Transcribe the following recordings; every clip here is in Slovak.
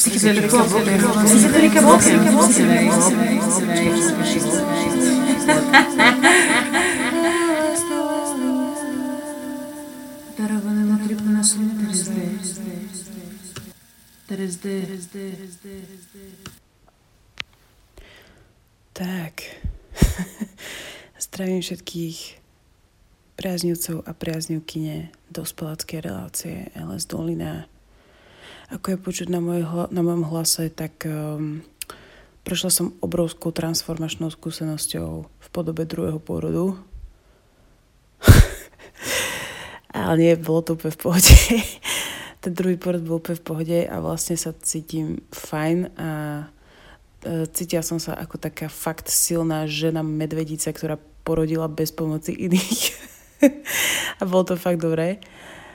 Tak, zdravím všetkých priaznivcov a priaznivkyne dospeláckej relácie LS Dolina. Ako je počuť na mojom hlase, tak prešla som obrovskou transformačnou skúsenosťou v podobe druhého pôrodu. Ale nie, bolo to úplne v pohode. Ten druhý pôrod bol úplne v pohode a vlastne sa cítim fajn a cítila som sa ako taká fakt silná žena medvedica, ktorá porodila bez pomoci iných. A bolo to fakt dobré.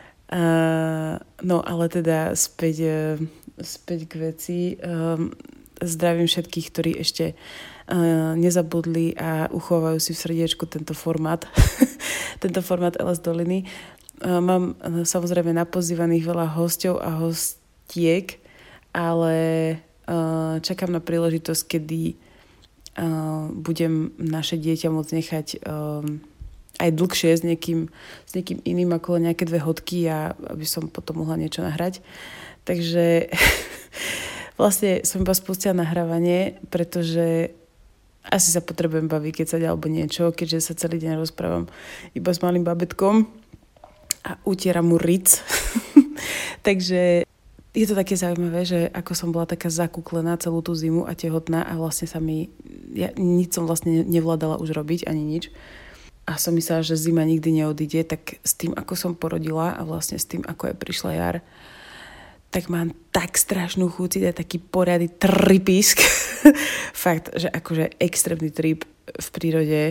No ale teda späť k veci. Zdravím všetkých, ktorí ešte nezabudli a uchovajú si v srdiečku tento formát. Tento formát LS Doliny. Mám samozrejme napozývaných veľa hosťov a hostiek, ale čakám na príležitosť, kedy budem naše dieťa môcť nechať aj dlhšie s niekým iným ako nejaké 2 hodky a aby som potom mohla niečo nahrať. Takže vlastne som iba spustila nahrávanie, pretože asi sa potrebujem baviť, keď sa alebo niečo, keďže sa celý deň rozprávam iba s malým babetkom a utieram mu ric. Takže je to také zaujímavé, že ako som bola taká zakúklená celú tú zimu a tehotná a vlastne nič som vlastne nevládala už robiť, ani nič. A som myslela, že zima nikdy neodíde, tak s tým, ako som porodila a vlastne s tým, ako je prišla jar, tak mám tak strašnú chuť dať taký poriadny tripisk. Fakt, že akože extrémny trip v prírode.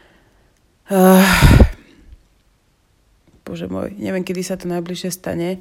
Bože môj, neviem, kedy sa to najbližšie stane,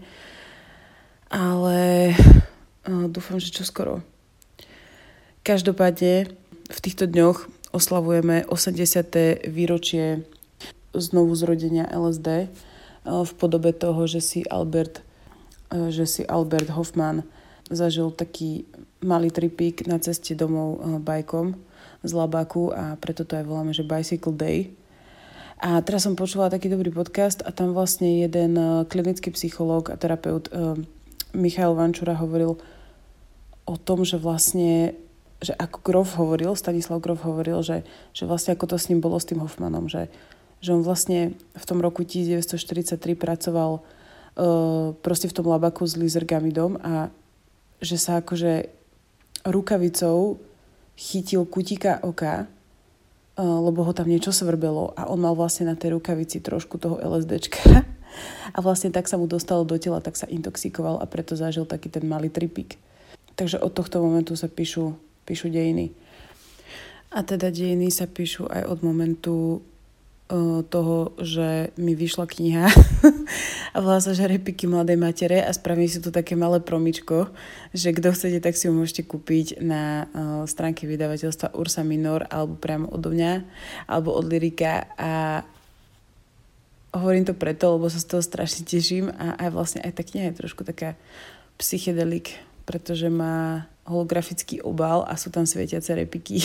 ale dúfam, že čoskoro. Každopádne v týchto dňoch oslavujeme 80. výročie znovu zrodenia LSD v podobe toho, že si Albert Hofmann zažil taký malý tripík na ceste domov bajkom z Labaku a preto to aj voláme, že Bicycle Day. A teraz som počula taký dobrý podcast a tam vlastne jeden klinický psychológ a terapeut Michal Vančura hovoril o tom, že vlastne, že ako Stanislav Grof hovoril, že vlastne ako to s ním bolo s tým Hoffmanom, že on vlastne v tom roku 1943 pracoval proste v tom labaku s lizergamidom a že sa akože rukavicou chytil kutíka oka, lebo ho tam niečo svrbelo a on mal vlastne na tej rukavici trošku toho LSDčka. A vlastne tak sa mu dostalo do tela, tak sa intoxikoval a preto zažil taký ten malý tripík. Takže od tohto momentu sa píšu dejiny. A teda dejiny sa píšu aj od momentu toho, že mi vyšla kniha a volá sa, že Repiky mladej matere a spravím si tu také malé promičko, že kto chcete, tak si ho môžete kúpiť na stránke vydavateľstva Ursa Minor alebo priamo odo mňa alebo od Lyrika a hovorím to preto, lebo sa z toho strašne teším a aj vlastne aj tá kniha je trošku taká psychedelik, pretože má holografický obal a sú tam svietiace repiky.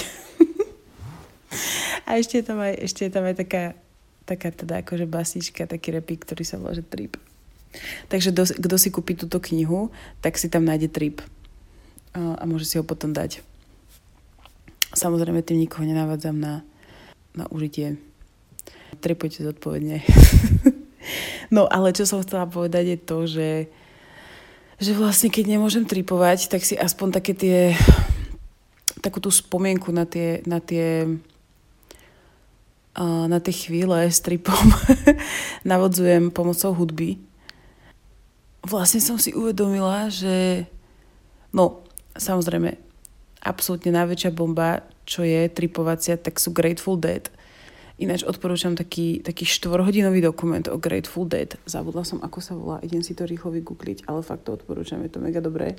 A ešte je tam aj taká teda akože basíčka, taký repík, ktorý sa volá, že Trip. Takže kto si kúpi túto knihu, tak si tam nájde Trip a môže si ho potom dať. Samozrejme tým nikoho nenavádzam na užitie. Tripujte zodpovedne. No, ale čo som chcela povedať je to, že vlastne keď nemôžem tripovať, tak si aspoň takú tú spomienku na tie chvíle s tripom navodzujem pomocou hudby. Vlastne som si uvedomila, že samozrejme absolútne najväčšia bomba, čo je tripovacia, tak sú Grateful Dead. Ináč odporúčam taký 4-hodinový dokument o Grateful Dead. Zabudla som, ako sa volá, idem si to rýchlo vygoogliť, ale fakt to odporúčam, je to mega dobré.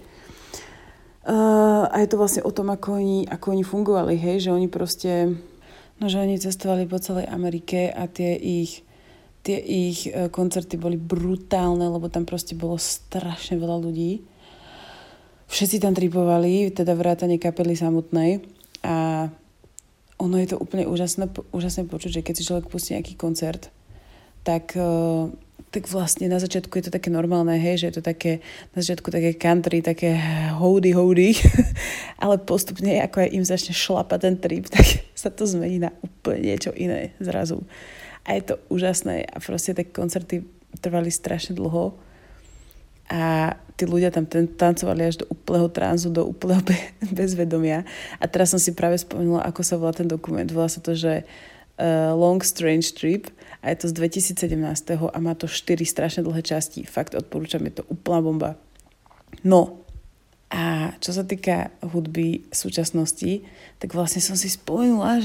A je to vlastne o tom, ako oni fungovali, hej, že oni proste, že oni cestovali po celej Amerike a tie ich koncerty boli brutálne, lebo tam proste bolo strašne veľa ľudí. Všetci tam tripovali, teda vrátane kapely samotnej a ono je to úplne úžasné počuť, že keď si človek pustí nejaký koncert, tak vlastne na začiatku je to také normálne, hej, že je to také, na začiatku také country, také howdy, ale postupne, ako aj im začne šlapať ten trip, tak sa to zmení na úplne niečo iné zrazu. A je to úžasné a proste také koncerty trvali strašne dlho a tí ľudia tam tancovali až do úplného tranzu, do úplného bezvedomia. A teraz som si práve spomenula, ako sa volá ten dokument. Volá sa to, že Long Strange Trip a je to z 2017 a má to 4 strašne dlhé časti. Fakt odporúčam, je to úplná bomba. No a čo sa týka hudby súčasnosti, tak vlastne som si spomenula,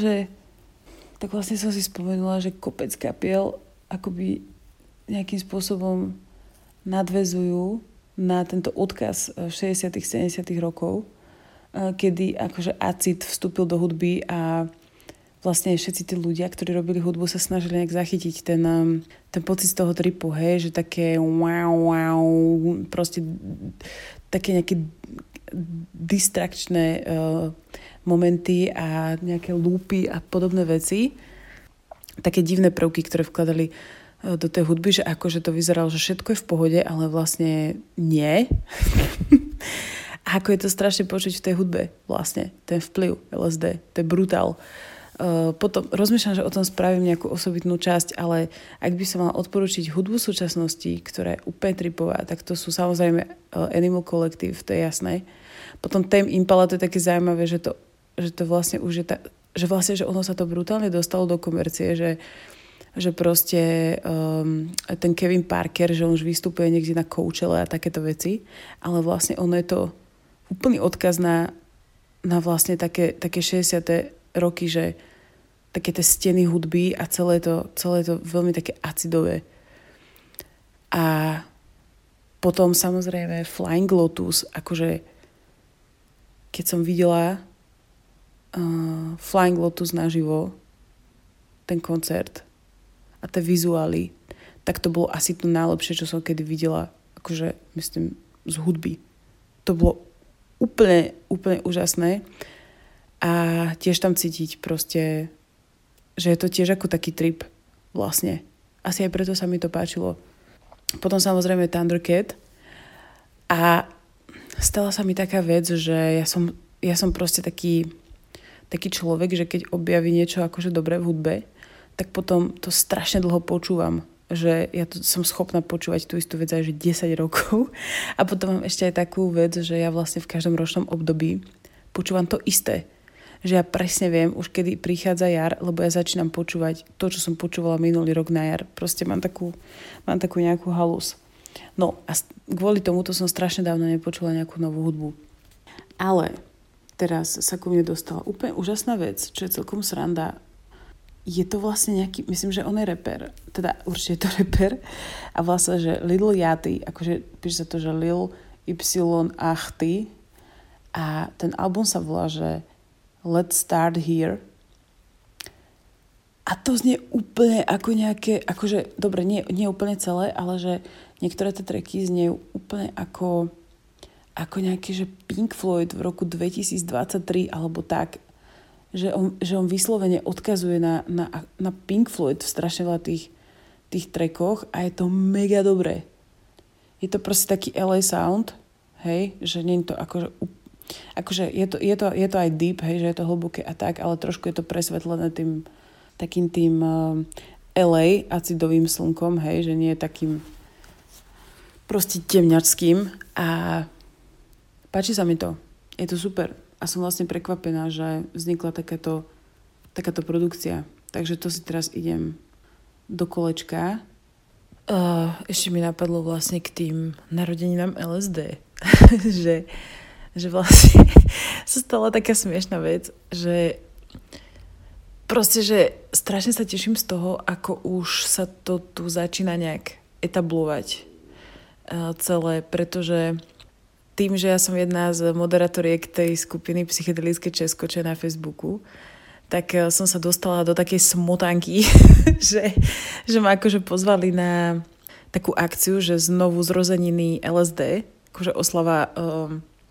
že kopec kapiel akoby nejakým spôsobom nadväzujú na tento odkaz 60 70 rokov, kedy akože acid vstúpil do hudby a vlastne všetci tí ľudia, ktorí robili hudbu, sa snažili nejak zachytiť ten pocit z toho tripu, hej, že také wow, proste také nejaké distrakčné momenty a nejaké loopy a podobné veci. Také divné prvky, ktoré vkladali do tej hudby, že akože to vyzeralo, že všetko je v pohode, ale vlastne nie. A ako je to strašne počuť v tej hudbe vlastne, ten vplyv LSD, to je brutál. Potom rozmýšľam, že o tom spravím nejakú osobitnú časť, ale ak by som mala odporučiť hudbu súčasnosti, ktorá je úplne tripová, tak to sú samozrejme Animal Collective, to je jasné. Potom Tame Impala, to je také zaujímavé, že to vlastne už je že ono sa to brutálne dostalo do komercie, že proste ten Kevin Parker, že on už vystupuje niekde na Coachelle a takéto veci, ale vlastne ono je to úplný odkaz na vlastne také 60. roky, že také tie steny hudby a celé to veľmi také acidové. A potom samozrejme Flying Lotus, akože keď som videla Flying Lotus naživo, ten koncert a tie vizuály, tak to bolo asi to najlepšie, čo som kedy videla, akože myslím z hudby. To bolo úplne úžasné a tiež tam cítiť proste, že je to tiež ako taký trip vlastne. Asi aj preto sa mi to páčilo. Potom samozrejme Thundercat a stala sa mi taká vec, že ja som proste taký človek, že keď objaví niečo akože dobré v hudbe, tak potom to strašne dlho počúvam. Že ja som schopná počúvať tú istú vec aj že 10 rokov. A potom mám ešte aj takú vec, že ja vlastne v každom ročnom období počúvam to isté. Že ja presne viem, už kedy prichádza jar, lebo ja začínam počúvať to, čo som počúvala minulý rok na jar. Proste mám takú nejakú halus. No a kvôli tomuto som strašne dávno nepočula nejakú novú hudbu. Ale teraz sa ku mne dostala úplne úžasná vec, čo je celkom sranda. Je to vlastne nejaký, myslím, že on je rapper. Teda určite je to rapper. A vlastne, že Lil Yachty, akože píše sa to, že Lil Yachty. A ten album sa volá, že Let's Start Here. A to znie úplne ako nejaké, akože, dobre, nie úplne celé, ale že niektoré tie tracky zniejú úplne ako nejaký, že Pink Floyd v roku 2023 alebo tak, že on vyslovene odkazuje na Pink Floyd v strašne veľa tých trackoch a je to mega dobré. Je to proste taký LA sound, hej, že nie je to akože je to aj deep, hej, že je to hlboké a tak, ale trošku je to presvetlené takým LA acidovým slnkom, hej, že nie je takým proste temňačským a páči sa mi to. Je to super. A som vlastne prekvapená, že vznikla takáto produkcia. Takže to si teraz idem do kolečka. Ešte mi napadlo vlastne k tým narodeninám LSD. že vlastne sa stala taká smiešná vec, že proste, že strašne sa teším z toho, ako už sa to tu začína nejak etablovať celé, pretože tým, že ja som jedna z moderatoriek tej skupiny Psychedelické Česko, čo je na Facebooku, tak som sa dostala do takej smotanky, že ma akože pozvali na takú akciu, že znovu zrozeniny LSD, akože oslava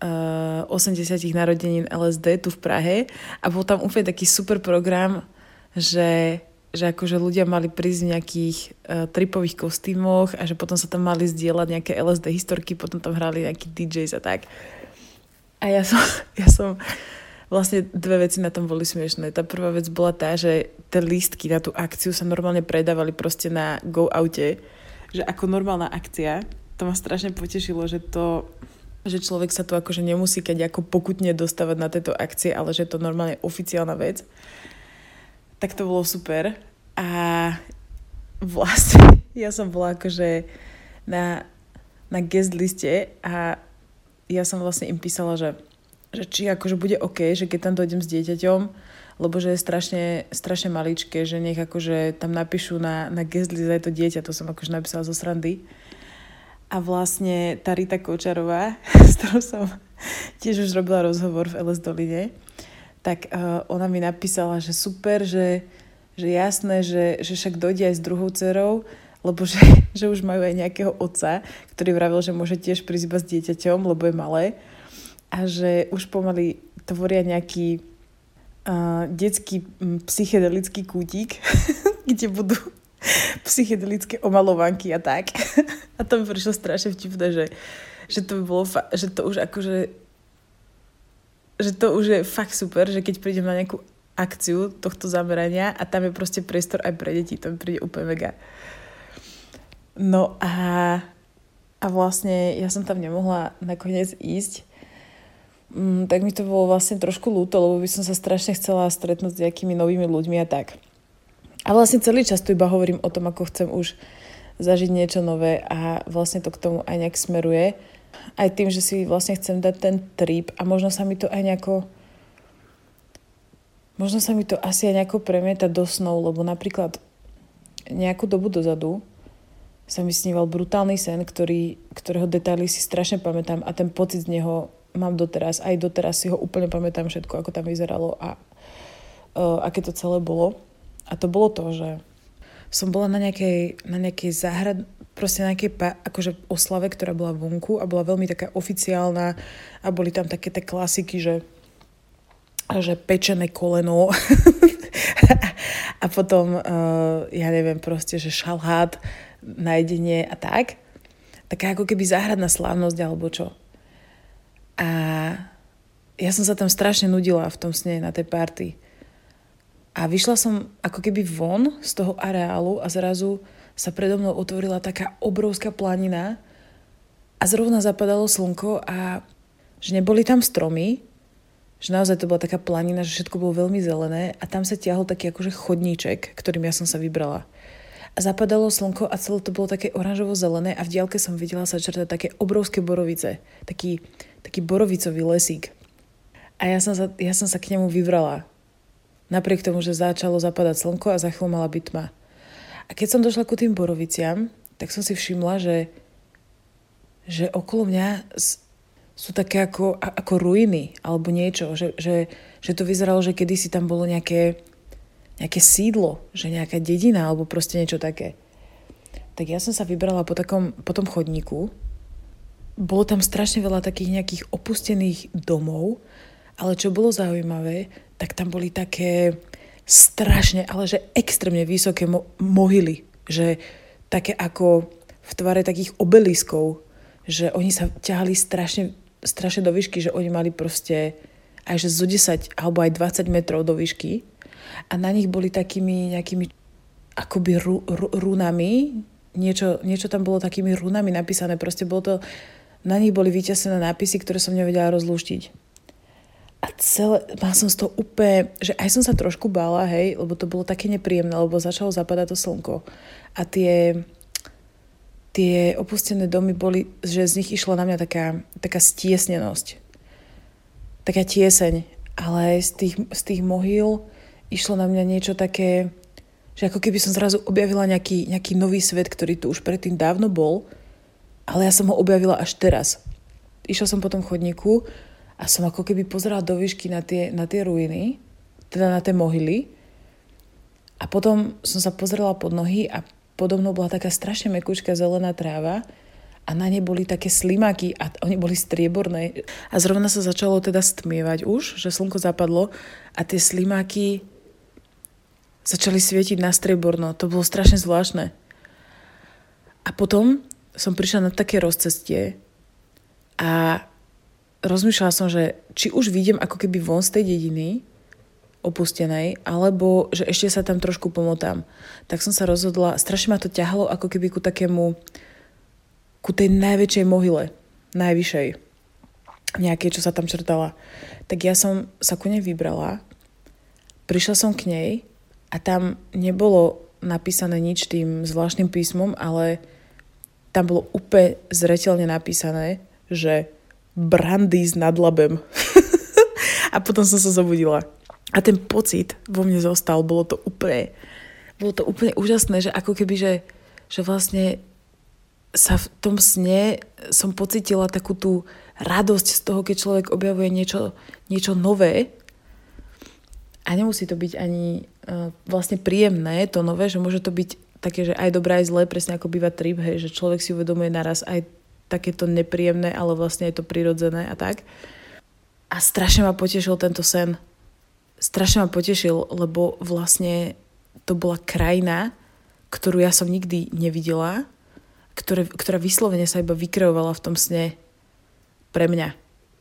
80 narodenín LSD tu v Prahe a bol tam úplne taký super program, že akože ľudia mali prísť v nejakých tripových kostýmoch a že potom sa tam mali zdieľať nejaké LSD historky, potom tam hrali nejakí DJs a tak. A ja som vlastne dve veci na tom boli smiešné. Tá prvá vec bola tá, že tie lístky na tú akciu sa normálne predávali proste na Go Aute, že ako normálna akcia. To ma strašne potešilo, že človek sa tu akože nemusí keď ako pokutne dostávať na tieto akcie, ale že je to normálne oficiálna vec. Tak to bolo super. A vlastne ja som bola akože na guest liste a ja som vlastne im písala, že či akože bude OK, že keď tam dojdem s dieťaťom, lebo že je strašne maličké, že nech akože tam napíšu na guest list aj to dieťa, to som akože napísala zo srandy. A vlastne tá Rita Kočarová, s ktorou som tiež už robila rozhovor v LS Doline, tak ona mi napísala, že super, že jasné, že však dojde aj s druhou dcerou, lebo že už majú aj nejakého otca, ktorý vravel, že môže tiež prísť iba s dieťaťom, lebo je malé. A že už pomaly tvoria nejaký detský psychedelický kútik, kde budú psychedelické omalovanky a tak. A to mi prišlo strašne vtipné, že to by bolo že to už akože že to už je fakt super, že keď prídem na nejakú akciu tohto zamerania a tam je proste priestor aj pre deti, to mi príde úplne mega. No a vlastne ja som tam nemohla nakoniec ísť, tak mi to bolo vlastne trošku ľúto, lebo by som sa strašne chcela stretnúť s nejakými novými ľuďmi a tak. A vlastne celý čas tu iba hovorím o tom, ako chcem už zažiť niečo nové a vlastne to k tomu aj nejak smeruje. Aj tým, že si vlastne chcem dať ten trip a možno sa mi to aj nejako asi aj nejako premieta do snov, lebo napríklad nejakú dobu dozadu sa mi sníval brutálny sen, ktorého detaily si strašne pamätám a ten pocit z neho mám doteraz. Aj doteraz si ho úplne pamätám všetko, ako tam vyzeralo a aké to celé bolo. A to bolo to, že som bola na nejakej záhrade, proste na nejakej akože oslave, ktorá bola vonku a bola veľmi taká oficiálna a boli tam také tie klasiky, že pečené koleno a potom, ja neviem, proste, že šalát na jedenie a tak. Taká ako keby záhradná slávnosť alebo čo. A ja som sa tam strašne nudila v tom sne na tej party. A vyšla som ako keby von z toho areálu a zrazu sa predo mnou otvorila taká obrovská planina a zrovna zapadalo slnko a že neboli tam stromy, že naozaj to bola taká planina, že všetko bolo veľmi zelené a tam sa tiahol taký akože chodníček, ktorým ja som sa vybrala. A zapadalo slnko a celé to bolo také oranžovo-zelené a v diaľke som videla sa črtať také obrovské borovice, taký borovicový lesík. A ja som sa k nemu vybrala. Napriek tomu, že začalo zapadať slnko a za chvíľu mala byť tma. A keď som došla ku tým boroviciam, tak som si všimla, že okolo mňa sú také ako ruiny alebo niečo. Že to vyzeralo, že kedysi tam bolo nejaké sídlo, že nejaká dedina alebo proste niečo také. Tak ja som sa vybrala po tom chodníku. Bolo tam strašne veľa takých nejakých opustených domov, ale čo bolo zaujímavé, tak tam boli také strašne, ale že extrémne vysoké mohyly. Že také ako v tvare takých obeliskov, že oni sa ťahali strašne do výšky, že oni mali proste aj že zo 10 alebo aj 20 metrov do výšky a na nich boli takými nejakými akoby runami, niečo tam bolo takými runami napísané, proste bolo to, na nich boli vyťasené nápisy, ktoré som nevedela rozlúštiť. A mal som z toho úplne, že aj som sa trošku bála, hej, lebo to bolo také nepríjemné, lebo začalo zapadať to slnko. A tie opustené domy boli, že z nich išla na mňa taká stiesnenosť. Taká tieseň. Ale z tých mohyl išlo na mňa niečo také, že ako keby som zrazu objavila nejaký nový svet, ktorý tu už predtým dávno bol, ale ja som ho objavila až teraz. Išla som po tom chodníku a som ako keby pozerala do výšky na tie ruiny, teda na tie mohyly. A potom som sa pozerala pod nohy a podo mnou bola taká strašne mäkúčka zelená tráva a na ne boli také slimáky a oni boli strieborné. A zrovna sa začalo teda stmievať už, že slnko zapadlo a tie slimáky začali svietiť na strieborno. To bolo strašne zvláštne. A potom som prišla na také rozcestie a rozmýšľala som, že či už vidím ako keby von z tej dediny opustenej, alebo že ešte sa tam trošku pomotám. Tak som sa rozhodla, strašne ma to ťahalo ako keby ku tej najväčšej mohyle, najvyššej, nejakej, čo sa tam črtala. Tak ja som sa ku nej vybrala, prišla som k nej a tam nebolo napísané nič tým zvláštnym písmom, ale tam bolo úplne zreteľne napísané, že Brandýs nad Labem. A potom som sa zobudila. A ten pocit vo mne zostal, bolo to úplne úžasné, že ako keby, že vlastne sa v tom sne som pocítila takú tú radosť z toho, keď človek objavuje niečo nové. A nemusí to byť ani vlastne príjemné, to nové, že môže to byť také, že aj dobré, aj zlé, presne ako býva trip, hej, že človek si uvedomuje naraz aj takéto nepríjemné, ale vlastne je to prirodzené a tak. A strašne ma potešil tento sen. Strašne ma potešil, lebo vlastne to bola krajina, ktorú ja som nikdy nevidela, ktorá vyslovene sa iba vykreovala v tom sne pre mňa.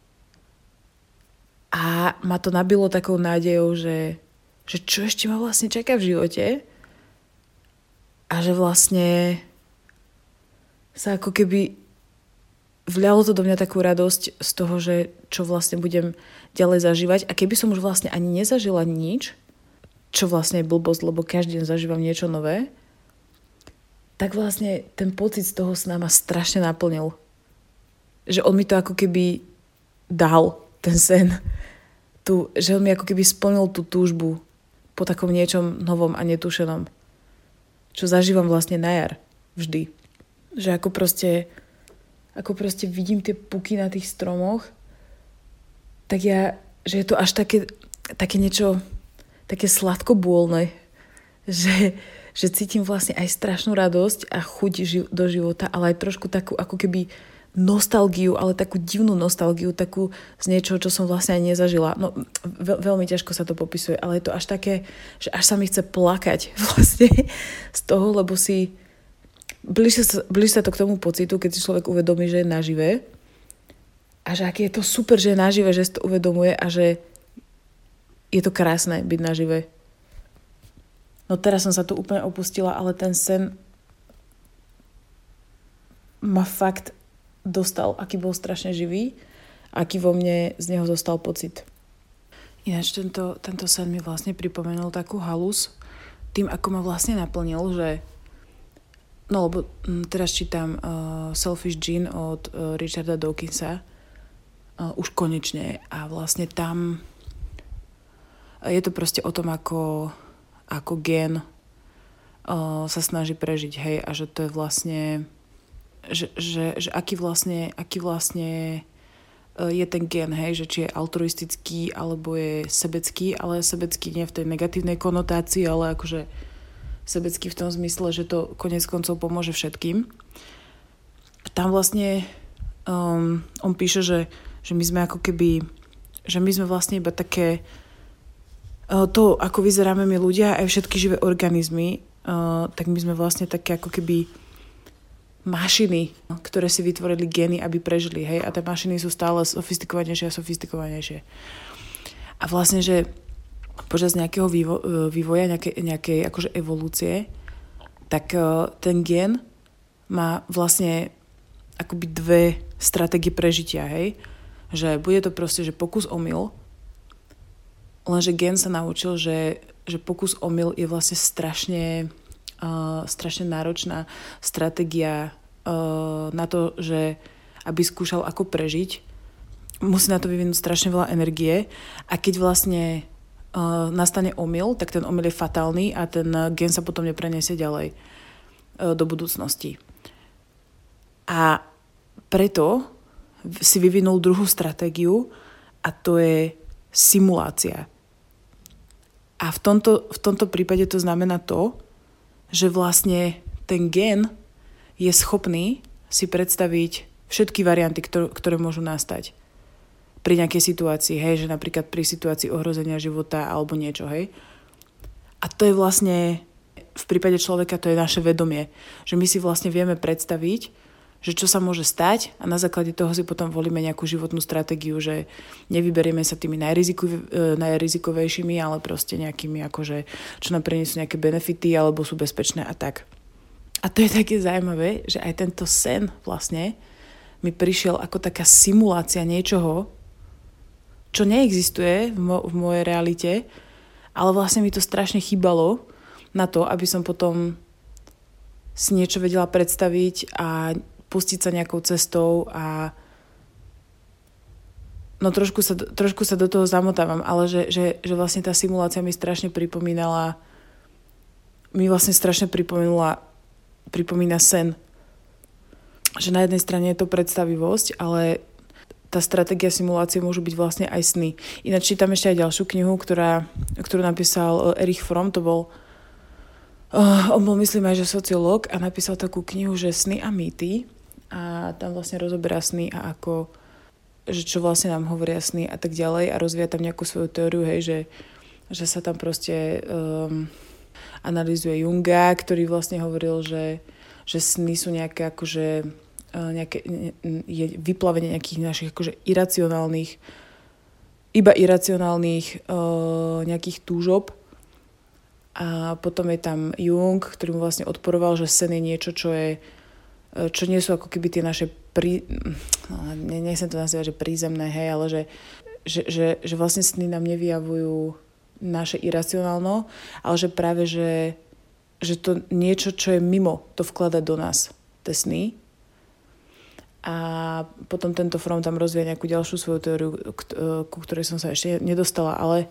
A ma to nabilo takou nádejou, že čo ešte ma vlastne čaká v živote a že vlastne sa ako keby vľalo to do mňa takú radosť z toho, že čo vlastne budem ďalej zažívať. A keby som už vlastne ani nezažila nič, čo vlastne je blbosť, lebo každý deň zažívam niečo nové, tak vlastne ten pocit z toho sna ma strašne naplnil. Že on mi to ako keby dal, ten sen. Že on mi ako keby splnil tú túžbu po takom niečom novom a netušenom. Čo zažívam vlastne na jar. Vždy. Že ako proste vidím tie puky na tých stromoch, tak že je to až také niečo, také sladkobôlne, že cítim vlastne aj strašnú radosť a chuť do života, ale aj trošku takú ako keby nostalgiu, ale takú divnú nostalgiu, takú z niečoho, čo som vlastne aj nezažila. No, veľmi ťažko sa to popisuje, ale je to až také, že až sa mi chce plakať vlastne z toho, lebo si blíži sa to k tomu pocitu, keď si človek uvedomí, že je nažive a že aké je to super, že je nažive, že si to uvedomuje a že je to krásne byť nažive. No teraz som sa tu úplne opustila, ale ten sen ma fakt dostal, aký bol strašne živý, aký vo mne z neho zostal pocit. Ináč tento sen mi vlastne pripomenul takú halus tým, ako ma vlastne naplnil, že no lebo teraz čítam Selfish Gene od Richarda Dawkinsa už konečne a vlastne tam je to proste o tom, ako gen sa snaží prežiť, hej, a že to je vlastne že aký vlastne je ten gen, hej, že či je altruistický alebo je sebecký, ale sebecký nie v tej negatívnej konotácii, ale akože sebecký v tom zmysle, že to koniec koncov pomôže všetkým. Tam vlastne on píše, že my sme ako keby, že my sme vlastne iba také to, ako vyzeráme my ľudia, aj všetky živé organizmy, tak my sme vlastne také ako keby mašiny, ktoré si vytvorili gény, aby prežili, hej, a tie mašiny sú stále sofistikovanejšie a sofistikovanejšie. A vlastne, že počas nejakého vývoja, nejakej akože evolúcie, tak ten gén má vlastne akoby dve stratégie prežitia, hej, že bude to proste, že pokus omyl, lenže gén sa naučil, že pokus omyl je vlastne strašne náročná stratégia na to, že aby skúšal ako prežiť, musí na to vyvinúť strašne veľa energie a keď vlastne nastane omyl, tak ten omyl je fatálny a ten gén sa potom nepreniesie ďalej do budúcnosti. A preto si vyvinul druhú stratégiu a to je simulácia. A v tomto prípade to znamená to, že vlastne ten gén je schopný si predstaviť všetky varianty, ktoré môžu nastať pri nejakej situácii, hej, že napríklad pri situácii ohrozenia života alebo niečo, hej. A to je vlastne, v prípade človeka, to je naše vedomie, že my si vlastne vieme predstaviť, že čo sa môže stať a na základe toho si potom volíme nejakú životnú stratégiu, že nevyberieme sa tými najrizikovejšími, ale proste nejakými, akože, čo nám prinesú nejaké benefity alebo sú bezpečné a tak. A to je také zaujímavé, že aj tento sen vlastne mi prišiel ako taká simulácia niečoho, čo neexistuje v mojej realite, ale vlastne mi to strašne chýbalo na to, aby som potom si niečo vedela predstaviť a pustiť sa nejakou cestou a no trošku sa do toho zamotávam, ale že vlastne tá simulácia mi vlastne strašne pripomína sen. Že na jednej strane je to predstavivosť, ale tá stratégia simulácie môžu byť vlastne aj sny. Ináč čítam ešte aj ďalšiu knihu, ktorú napísal Erich Fromm, on bol myslím aj, že sociológ a napísal takú knihu, že Sny a mýty a tam vlastne rozoberá sny a ako, že čo vlastne nám hovoria sny a tak ďalej a rozvíja tam nejakú svoju teóriu, hej, že sa tam proste analyzuje Junga, ktorý vlastne hovoril, že sny sú nejaké akože je vyplavenie nejakých našich akože iracionálnych nejakých túžob. A potom je tam Jung, ktorý mu vlastne odporoval, že sen je niečo, čo nie sú ako keby tie naše nechcem to nazývať, že prízemné, hej, ale že vlastne sny nám nevyjavujú naše iracionálno, ale že práve, že to niečo, čo je mimo, to vklada do nás, tie sny. A potom tento Fromm tam rozvíja nejakú ďalšiu svoju teóriu, ku ktorej som sa ešte nedostala, ale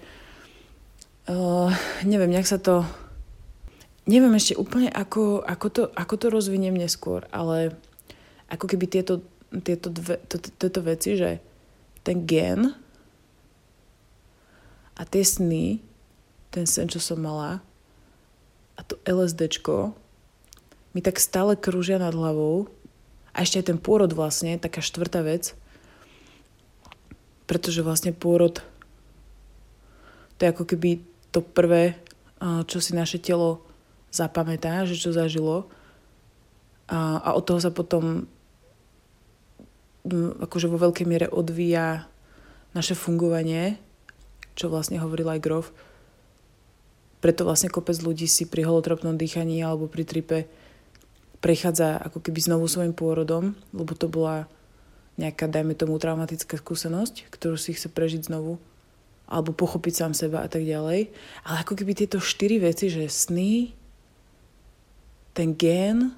neviem, neviem ešte úplne, ako to rozviniem neskôr, ale ako keby tieto veci, že ten gen a tie sny, ten sen, čo som mala a to LSDčko mi tak stále krúžia nad hlavou a ešte aj ten pôrod vlastne, taká štvrtá vec, pretože vlastne pôrod to je ako keby to prvé, čo si naše telo zapamätá, že čo zažilo a od toho sa potom akože vo veľkej miere odvíja naše fungovanie, čo vlastne hovoril aj Grof. Preto vlastne kopec ľudí si pri holotropnom dýchaní alebo pri tripe prechádza ako keby znovu svojim pôrodom, lebo to bola nejaká, dajme tomu, traumatická skúsenosť, ktorú si chce prežiť znovu, alebo pochopiť sám seba a tak ďalej. Ale ako keby tieto 4 veci, že sny, ten gen,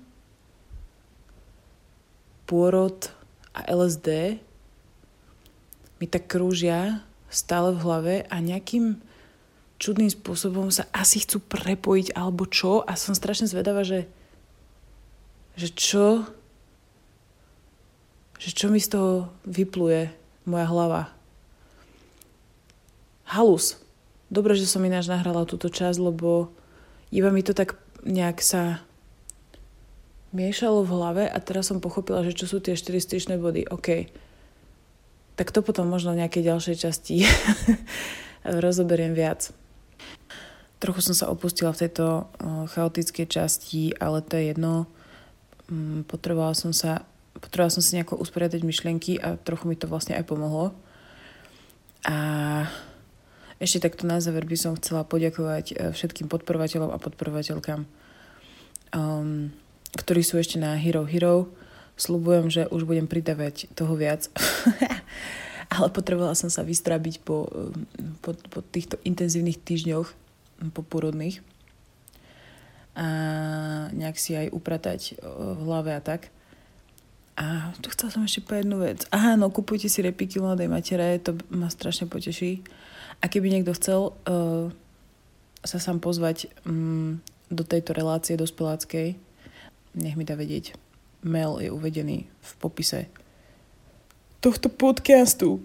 pôrod a LSD mi tak krúžia stále v hlave a nejakým čudným spôsobom sa asi chcú prepojiť alebo čo a som strašne zvedavá, že čo mi z toho vypluje moja hlava. Halus. Dobre, že som ináč nahrala túto časť, lebo iba mi to tak nejak sa miešalo v hlave a teraz som pochopila, že čo sú tie 4 styčné body. OK. Tak to potom možno v nejakej ďalšej časti rozoberiem viac. Trochu som sa opustila v tejto chaotickej časti, ale to je jedno. Potrebovala som si nejako usporiadať myšlienky a trochu mi to vlastne aj pomohlo. A ešte takto na záver by som chcela poďakovať všetkým podporovateľom a podporovateľkám, ktorí sú ešte na Hero. Sľubujem, že už budem pridávať toho viac. Ale potrebovala som sa vystrabiť po týchto intenzívnych týždňoch popôrodných a nejak si aj upratať v hlave a tak. A tu chcela som ešte povedať jednu vec. Aha, no kupujte si repíky mladej matere, to ma strašne poteší. A keby niekto chcel sa sám pozvať do tejto relácie dospeláckej, nech mi dá vedieť. Mail je uvedený v popise tohto podcastu.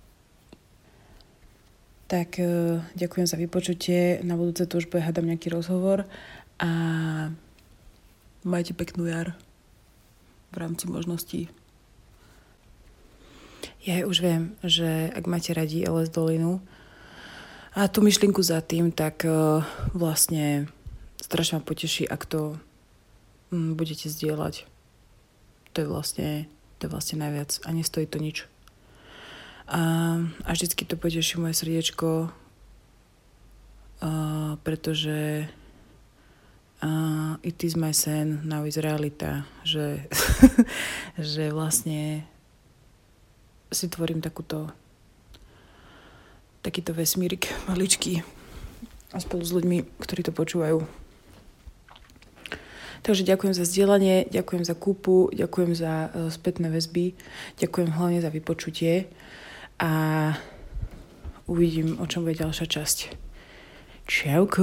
Tak ďakujem za vypočutie. Na budúce to už bude, hádam, nejaký rozhovor a majte peknú jar. v rámci možností. Ja už viem, že ak máte radi LS Dolinu a tú myšlienku za tým, tak vlastne strašne ma poteší, ak to budete zdieľať. To je vlastne najviac a nestojí to nič. A vždycky to poteší moje srdiečko, pretože it is my sen, now is realita, že, že vlastne si tvorím takýto vesmírik maličký a spolu s ľuďmi, ktorí to počúvajú. Takže ďakujem za zdieľanie, ďakujem za kúpu, ďakujem za spätné väzby, ďakujem hlavne za vypočutie a uvidím, o čom bude ďalšia časť. Čauko.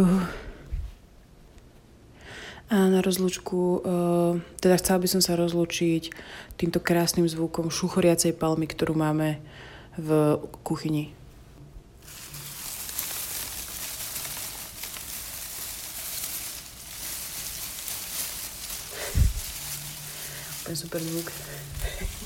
A na rozlúčku, teda chcela by som sa rozlúčiť týmto krásnym zvukom šuchoriacej palmy, ktorú máme v kuchyni. To je super zvuk.